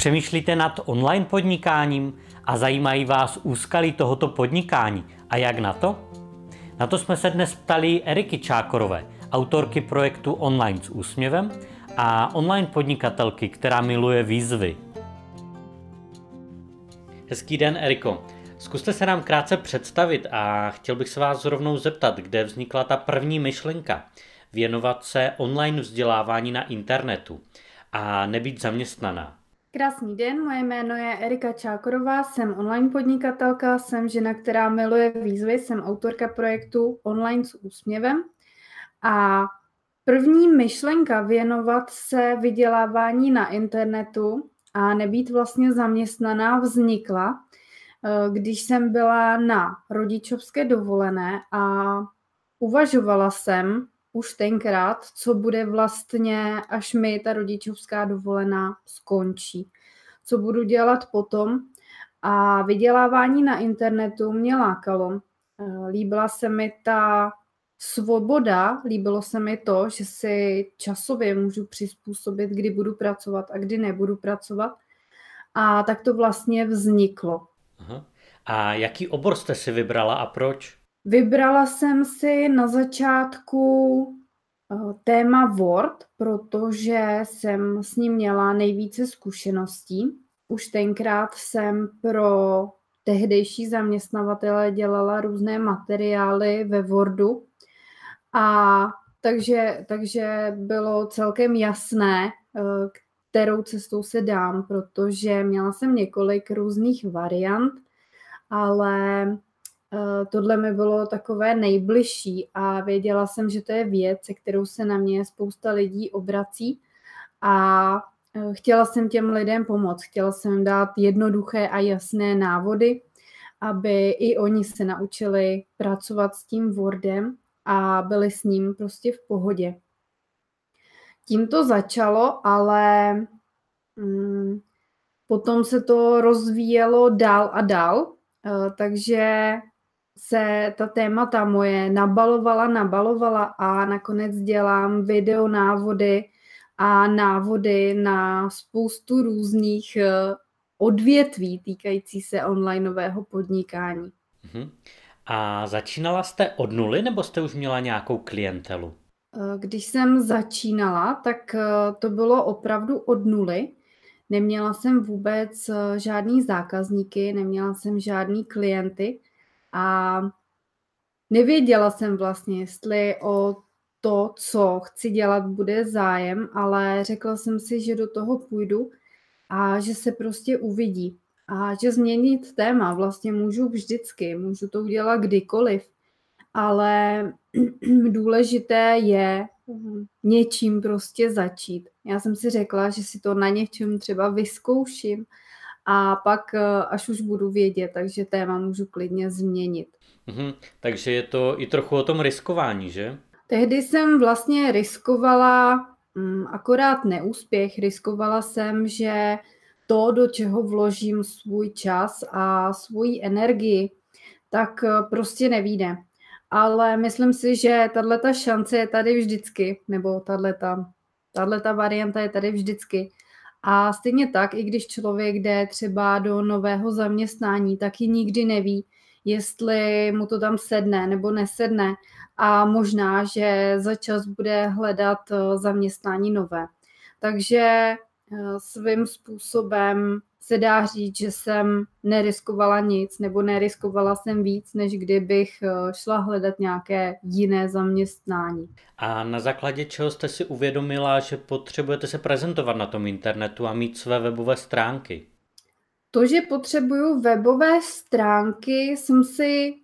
Přemýšlíte nad online podnikáním a zajímají vás úskalí tohoto podnikání a jak na to? Na to jsme se dnes ptali Eriky Čákorové, autorky projektu Online s úsměvem a online podnikatelky, která miluje výzvy. Hezký den, Eriko. Zkuste se nám krátce představit a chtěl bych se vás rovnou zeptat, kde vznikla ta první myšlenka věnovat se online vzdělávání na internetu a nebýt zaměstnaná. Krásný den, moje jméno je Erika Čákorová, jsem online podnikatelka, jsem žena, která miluje výzvy, jsem autorka projektu Online s úsměvem a první myšlenka věnovat se vydělávání na internetu a nebýt vlastně zaměstnaná vznikla, když jsem byla na rodičovské dovolené a uvažovala jsem už tenkrát, co bude vlastně, až mi ta rodičovská dovolená skončí. Co budu dělat potom. A vydělávání na internetu mě lákalo. Líbila se mi ta svoboda, líbilo se mi to, že si časově můžu přizpůsobit, kdy budu pracovat a kdy nebudu pracovat. A tak to vlastně vzniklo. Aha. A jaký obor jste si vybrala a proč? Vybrala jsem si na začátku téma Word, protože jsem s ním měla nejvíce zkušeností. Už tenkrát jsem pro tehdejší zaměstnavatele dělala různé materiály ve Wordu a takže bylo celkem jasné, kterou cestou se dám, protože měla jsem několik různých variant, ale tohle mi bylo takové nejbližší a věděla jsem, že to je věc, se kterou se na mě spousta lidí obrací a chtěla jsem těm lidem pomoct. Chtěla jsem dát jednoduché a jasné návody, aby i oni se naučili pracovat s tím Wordem a byli s ním prostě v pohodě. Tím to začalo, ale potom se to rozvíjelo dál a dál, takže se ta témata moje nabalovala a nakonec dělám videonávody a návody na spoustu různých odvětví týkající se onlineového podnikání. A začínala jste od nuly nebo jste už měla nějakou klientelu? Když jsem začínala, tak to bylo opravdu od nuly. Neměla jsem vůbec žádný zákazníky, neměla jsem žádný klienty a nevěděla jsem vlastně, jestli o to, co chci dělat, bude zájem, ale řekla jsem si, že do toho půjdu a že se prostě uvidí. A že změnit téma vlastně můžu vždycky, můžu to udělat kdykoliv, ale důležité je něčím prostě začít. Já jsem si řekla, že si to na něčem třeba vyzkouším a pak, až už budu vědět, takže téma můžu klidně změnit. Takže je to i trochu o tom riskování, že? Tehdy jsem vlastně riskovala akorát neúspěch. Riskovala jsem, že to, do čeho vložím svůj čas a svoji energii, tak prostě nevyjde. Ale myslím si, že tato šance je tady vždycky, nebo tato varianta je tady vždycky. A stejně tak, i když člověk jde třeba do nového zaměstnání, taky nikdy neví, jestli mu to tam sedne nebo nesedne a možná, že za čas bude hledat zaměstnání nové. Takže svým způsobem se dá říct, že jsem neriskovala nic nebo neriskovala jsem víc, než kdybych šla hledat nějaké jiné zaměstnání. A na základě čeho jste si uvědomila, že potřebujete se prezentovat na tom internetu a mít své webové stránky? To, že potřebuju webové stránky, jsem si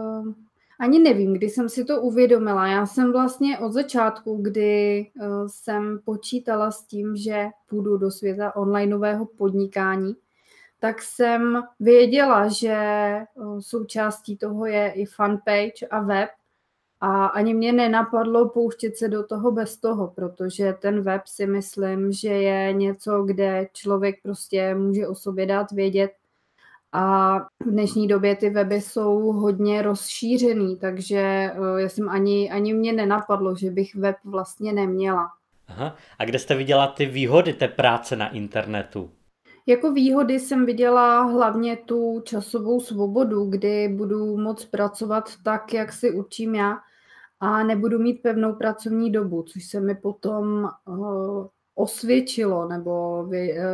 ani nevím, kdy jsem si to uvědomila. Já jsem vlastně od začátku, kdy jsem počítala s tím, že půjdu do světa onlineového podnikání, tak jsem věděla, že součástí toho je i fanpage a web a ani mě nenapadlo pouštět se do toho bez toho, protože ten web si myslím, že je něco, kde člověk prostě může o sobě dát vědět. A v dnešní době ty weby jsou hodně rozšířený, takže já jsem ani mě nenapadlo, že bych web vlastně neměla. Aha. A kde jste viděla ty výhody té práce na internetu? Jako výhody jsem viděla hlavně tu časovou svobodu, kdy budu moct pracovat tak, jak si určím já a nebudu mít pevnou pracovní dobu, což se mi potom osvědčilo, nebo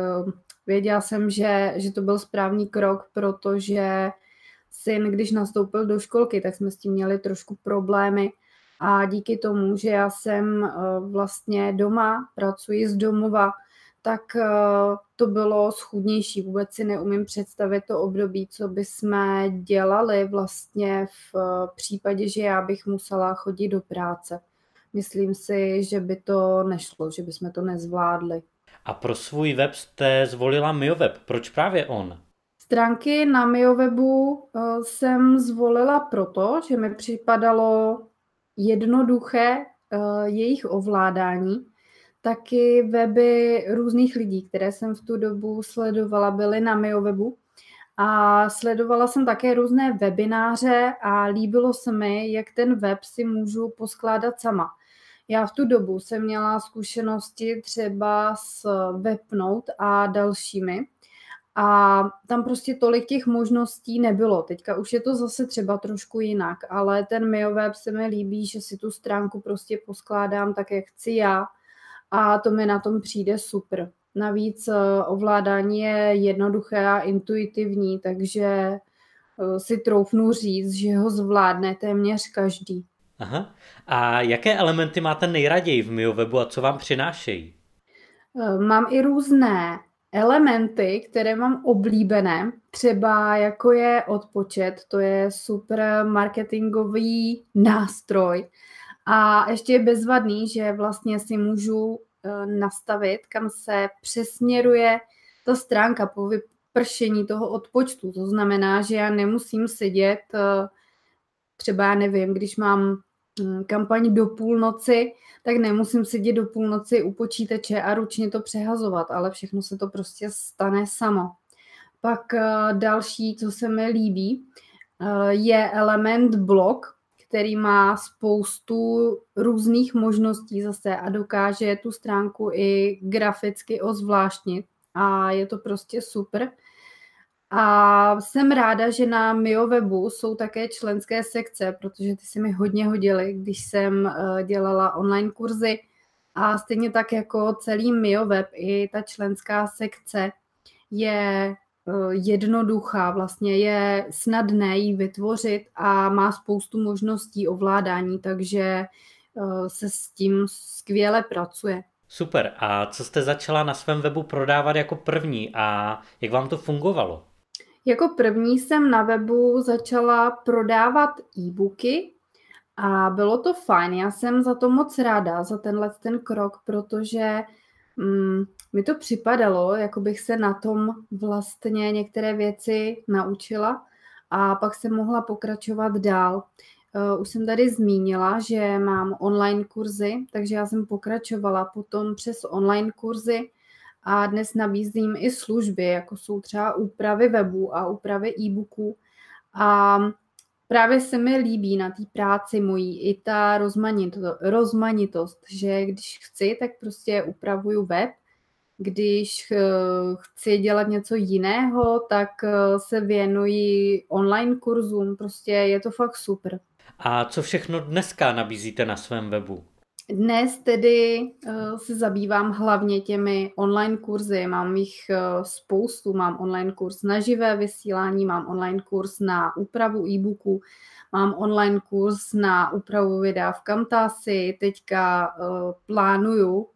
věděla jsem, že to byl správný krok, protože syn, když nastoupil do školky, tak jsme s tím měli trošku problémy a díky tomu, že já jsem vlastně doma, pracuji z domova, tak to bylo schůdnější. Vůbec si neumím představit to období, co bychom dělali vlastně v případě, že já bych musela chodit do práce. Myslím si, že by to nešlo, že bychom to nezvládli. A pro svůj web jste zvolila MioWeb. Proč právě on? Stránky na MioWebu jsem zvolila proto, že mi připadalo jednoduché jejich ovládání. Taky weby různých lidí, které jsem v tu dobu sledovala, byly na MioWebu. A sledovala jsem také různé webináře a líbilo se mi, jak ten web si můžu poskládat sama. Já v tu dobu jsem měla zkušenosti třeba s Webnote a dalšími a tam prostě tolik těch možností nebylo. Teďka už je to zase třeba trošku jinak, ale ten MioWeb se mi líbí, že si tu stránku prostě poskládám tak, jak chci já a to mi na tom přijde super. Navíc ovládání je jednoduché a intuitivní, takže si troufnu říct, že ho zvládne téměř každý. Aha. A jaké elementy máte nejraději v MioWebu a co vám přinášejí? Mám i různé elementy, které mám oblíbené, třeba jako je odpočet, to je super marketingový nástroj. A ještě je bezvadný, že vlastně si můžu nastavit, kam se přesměruje ta stránka po vypršení toho odpočtu. To znamená, že já nemusím sedět, třeba já nevím, když mám kampaň do půlnoci, tak nemusím sedět do půlnoci u počítače a ručně to přehazovat, ale všechno se to prostě stane samo. Pak další, co se mi líbí, je element blog, který má spoustu různých možností zase a dokáže tu stránku i graficky ozvláštnit a je to prostě super. A jsem ráda, že na MioWebu jsou také členské sekce, protože ty se mi hodně hodily, když jsem dělala online kurzy a stejně tak jako celý MioWeb i ta členská sekce je jednoduchá, vlastně je snadné ji vytvořit a má spoustu možností ovládání, takže se s tím skvěle pracuje. Super. A co jste začala na svém webu prodávat jako první a jak vám to fungovalo? Jako první jsem na webu začala prodávat e-booky a bylo to fajn. Já jsem za to moc ráda, za ten krok, protože mi to připadalo, jako bych se na tom vlastně některé věci naučila a pak jsem mohla pokračovat dál. Už jsem tady zmínila, že mám online kurzy, takže já jsem pokračovala potom přes online kurzy a dnes nabízím i služby, jako jsou třeba úpravy webu a úpravy e-booků. A právě se mi líbí na té práci mojí i ta rozmanitost, že když chci, tak prostě upravuju web. Když chci dělat něco jiného, tak se věnuji online kurzům. Prostě je to fakt super. A co všechno dneska nabízíte na svém webu? Dnes tedy se zabývám hlavně těmi online kurzy, mám jich spoustu, mám online kurz na živé vysílání, mám online kurz na úpravu e-booků, mám online kurz na úpravu videa v Camtasi, teďka plánuju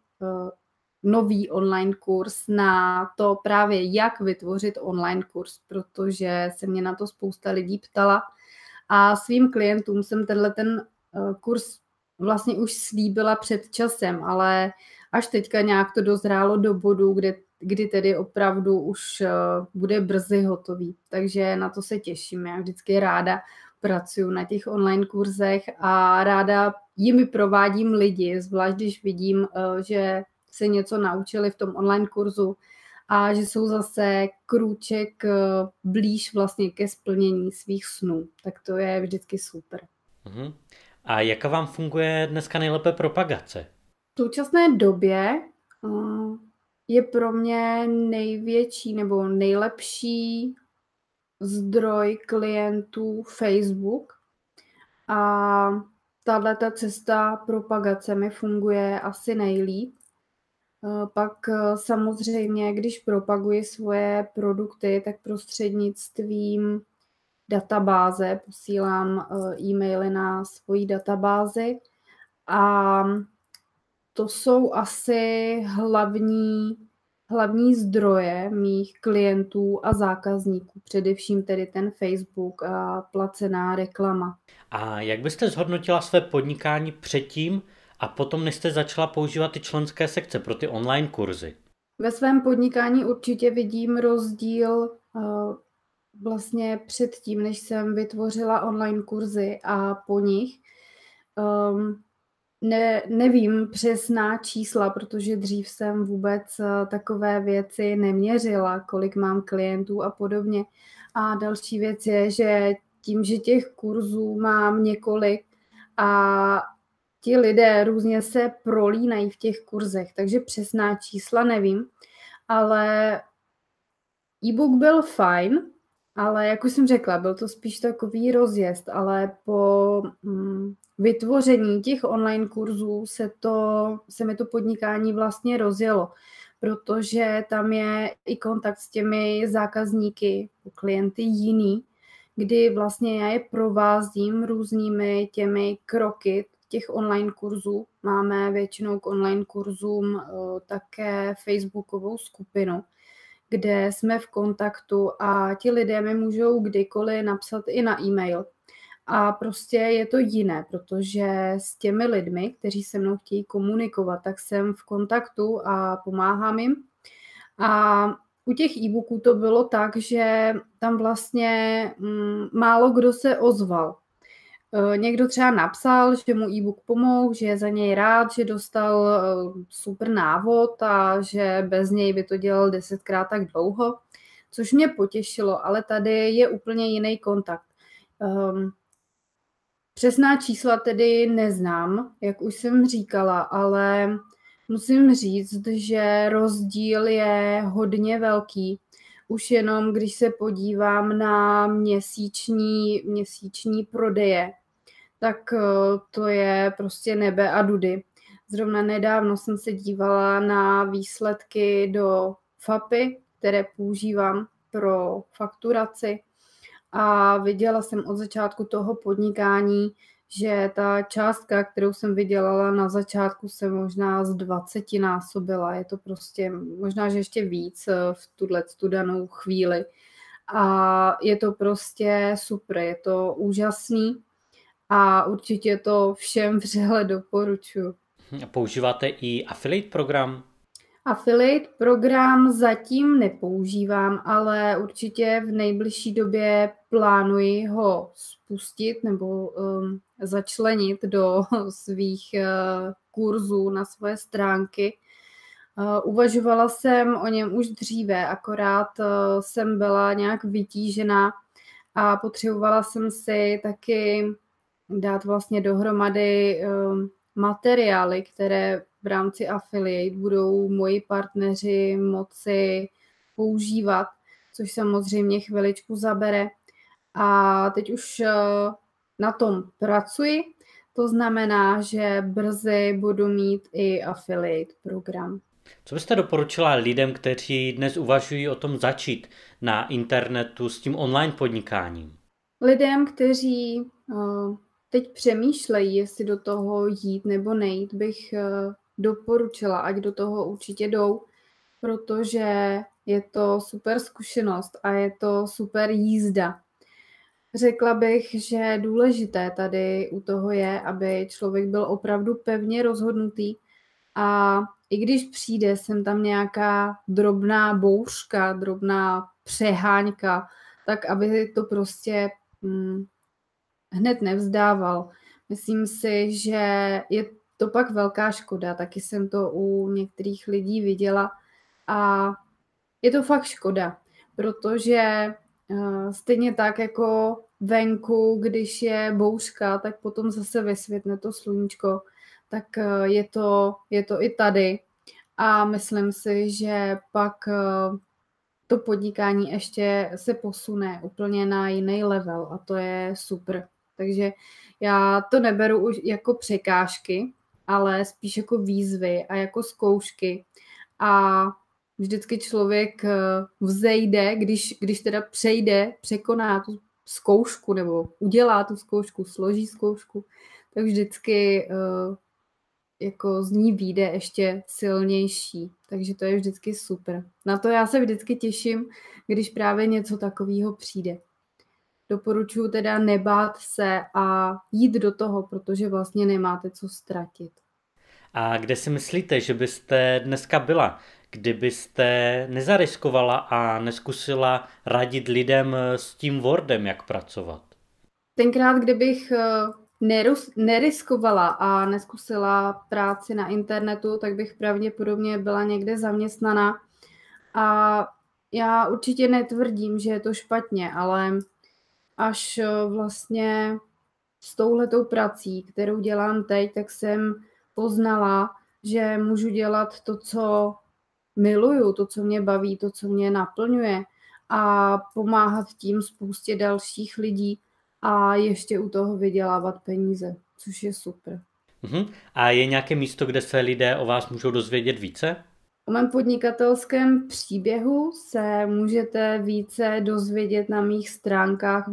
nový online kurz na to právě, jak vytvořit online kurz, protože se mě na to spousta lidí ptala a svým klientům jsem ten kurz vlastně už slíbila před časem, ale až teďka nějak to dozrálo do bodu, kdy tedy opravdu už bude brzy hotový. Takže na to se těším. Já vždycky ráda pracuji na těch online kurzech a ráda jimi provádím lidi, zvlášť když vidím, že se něco naučili v tom online kurzu a že jsou zase krůček blíž vlastně ke splnění svých snů. Tak to je vždycky super. Mhm. A jaká vám funguje dneska nejlépe propagace? V současné době je pro mě největší nebo nejlepší zdroj klientů Facebook a tahleta cesta propagace mi funguje asi nejlíp. Pak samozřejmě, když propaguji svoje produkty, tak prostřednictvím databáze posílám e-maily na svoji databázi a to jsou asi hlavní zdroje mých klientů a zákazníků, především tedy ten Facebook a placená reklama. A jak byste zhodnotila své podnikání předtím a potom, než jste začala používat ty členské sekce pro ty online kurzy? Ve svém podnikání určitě vidím rozdíl vlastně předtím, než jsem vytvořila online kurzy a po nich. Nevím přesná čísla, protože dřív jsem vůbec takové věci neměřila, kolik mám klientů a podobně. A další věc je, že tím, že těch kurzů mám několik a ti lidé různě se prolínají v těch kurzech, takže přesná čísla nevím, ale e-book byl fajn, ale jak už jsem řekla, byl to spíš takový rozjezd, ale po vytvoření těch online kurzů se mi to podnikání vlastně rozjelo, protože tam je i kontakt s těmi zákazníky, klienty jiný, kdy vlastně já je provázím různými těmi kroky těch online kurzů. Máme většinou k online kurzům také facebookovou skupinu, kde jsme v kontaktu a ti lidé mi můžou kdykoliv napsat i na e-mail. A prostě je to jiné, protože s těmi lidmi, kteří se mnou chtějí komunikovat, tak jsem v kontaktu a pomáhám jim. A u těch e-booků to bylo tak, že tam vlastně málo kdo se ozval. Někdo třeba napsal, že mu e-book pomohl, že je za něj rád, že dostal super návod a že bez něj by to dělal 10krát tak dlouho, což mě potěšilo, ale tady je úplně jiný kontakt. Přesná čísla tedy neznám, jak už jsem říkala, ale musím říct, že rozdíl je hodně velký. Už jenom, když se podívám na měsíční prodeje, tak to je prostě nebe a dudy. Zrovna nedávno jsem se dívala na výsledky do FAPy, které používám pro fakturaci a viděla jsem od začátku toho podnikání, že ta částka, kterou jsem vydělala na začátku, se možná z 20 násobila. Je to prostě možná, že ještě víc v tu danou chvíli. A je to prostě super, je to úžasný a určitě to všem vřele doporučuji. Používáte i affiliate program? Affiliate program zatím nepoužívám, ale určitě v nejbližší době plánuji ho spustit nebo začlenit do svých kurzů na svoje stránky. Uvažovala jsem o něm už dříve, akorát jsem byla nějak vytížená a potřebovala jsem si taky dát vlastně dohromady materiály, které v rámci affiliate budou moji partneři moci používat, což samozřejmě chviličku zabere. A teď už na tom pracuji, to znamená, že brzy budu mít i affiliate program. Co byste doporučila lidem, kteří dnes uvažují o tom začít na internetu s tím online podnikáním? Lidem, kteří teď přemýšlejí, jestli do toho jít nebo nejít, bych doporučila, ať do toho určitě jdou, protože je to super zkušenost a je to super jízda. Řekla bych, že důležité tady u toho je, aby člověk byl opravdu pevně rozhodnutý a i když přijde sem tam nějaká drobná bouřka, drobná přeháňka, tak aby to prostě hned nevzdával. Myslím si, že je to pak velká škoda, taky jsem to u některých lidí viděla a je to fakt škoda, protože stejně tak jako venku, když je bouřka, tak potom zase vysvětne to sluníčko, tak je to i tady a myslím si, že pak to podnikání ještě se posune úplně na jiný level a to je super. Takže já to neberu už jako překážky, ale spíš jako výzvy a jako zkoušky. A vždycky člověk vzejde, když teda překoná tu zkoušku nebo udělá tu zkoušku, složí zkoušku, tak vždycky jako z ní vyjde ještě silnější. Takže to je vždycky super. Na to já se vždycky těším, když právě něco takového přijde. Doporučuji teda nebát se a jít do toho, protože vlastně nemáte co ztratit. A kde si myslíte, že byste dneska byla, kdybyste nezariskovala a neskusila radit lidem s tím Wordem, jak pracovat? Tenkrát, kdybych neriskovala a neskusila práci na internetu, tak bych pravděpodobně byla někde zaměstnaná. A já určitě netvrdím, že je to špatně, ale až vlastně s touhletou prací, kterou dělám teď, tak jsem poznala, že můžu dělat to, co miluju, to, co mě baví, to, co mě naplňuje a pomáhat tím spoustě dalších lidí a ještě u toho vydělávat peníze, což je super. A je nějaké místo, kde se lidé o vás můžou dozvědět více? O mém podnikatelském příběhu se můžete více dozvědět na mých stránkách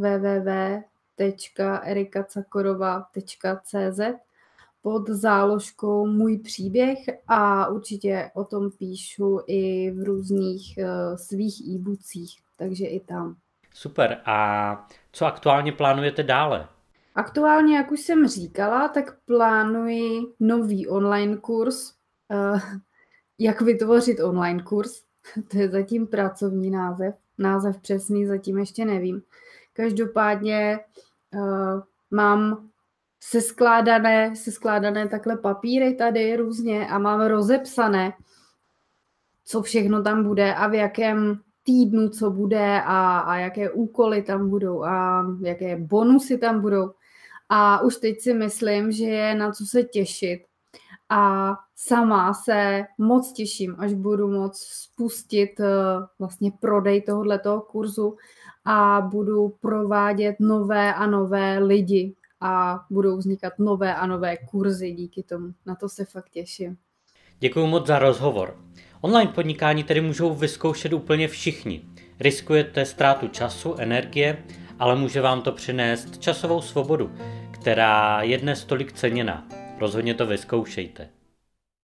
www.erikacakorova.cz pod záložkou Můj příběh a určitě o tom píšu i v různých svých e-boocích, takže i tam. Super. A co aktuálně plánujete dále? Aktuálně, jak už jsem říkala, tak plánuji nový online kurz, jak vytvořit online kurz. To je zatím pracovní název. Název přesný zatím ještě nevím. Každopádně mám seskládané takhle papíry tady různě a mám rozepsané, co všechno tam bude a v jakém týdnu co bude a jaké úkoly tam budou a jaké bonusy tam budou. A už teď si myslím, že je na co se těšit. A sama se moc těším, až budu moc spustit vlastně prodej tohoto kurzu a budu provádět nové a nové lidi a budou vznikat nové a nové kurzy díky tomu. Na to se fakt těším. Děkuji moc za rozhovor. Online podnikání tedy můžou vyzkoušet úplně všichni. Riskujete ztrátu času, energie, ale může vám to přinést časovou svobodu, která je dnes tolik ceněná. Rozhodně to vyzkoušejte.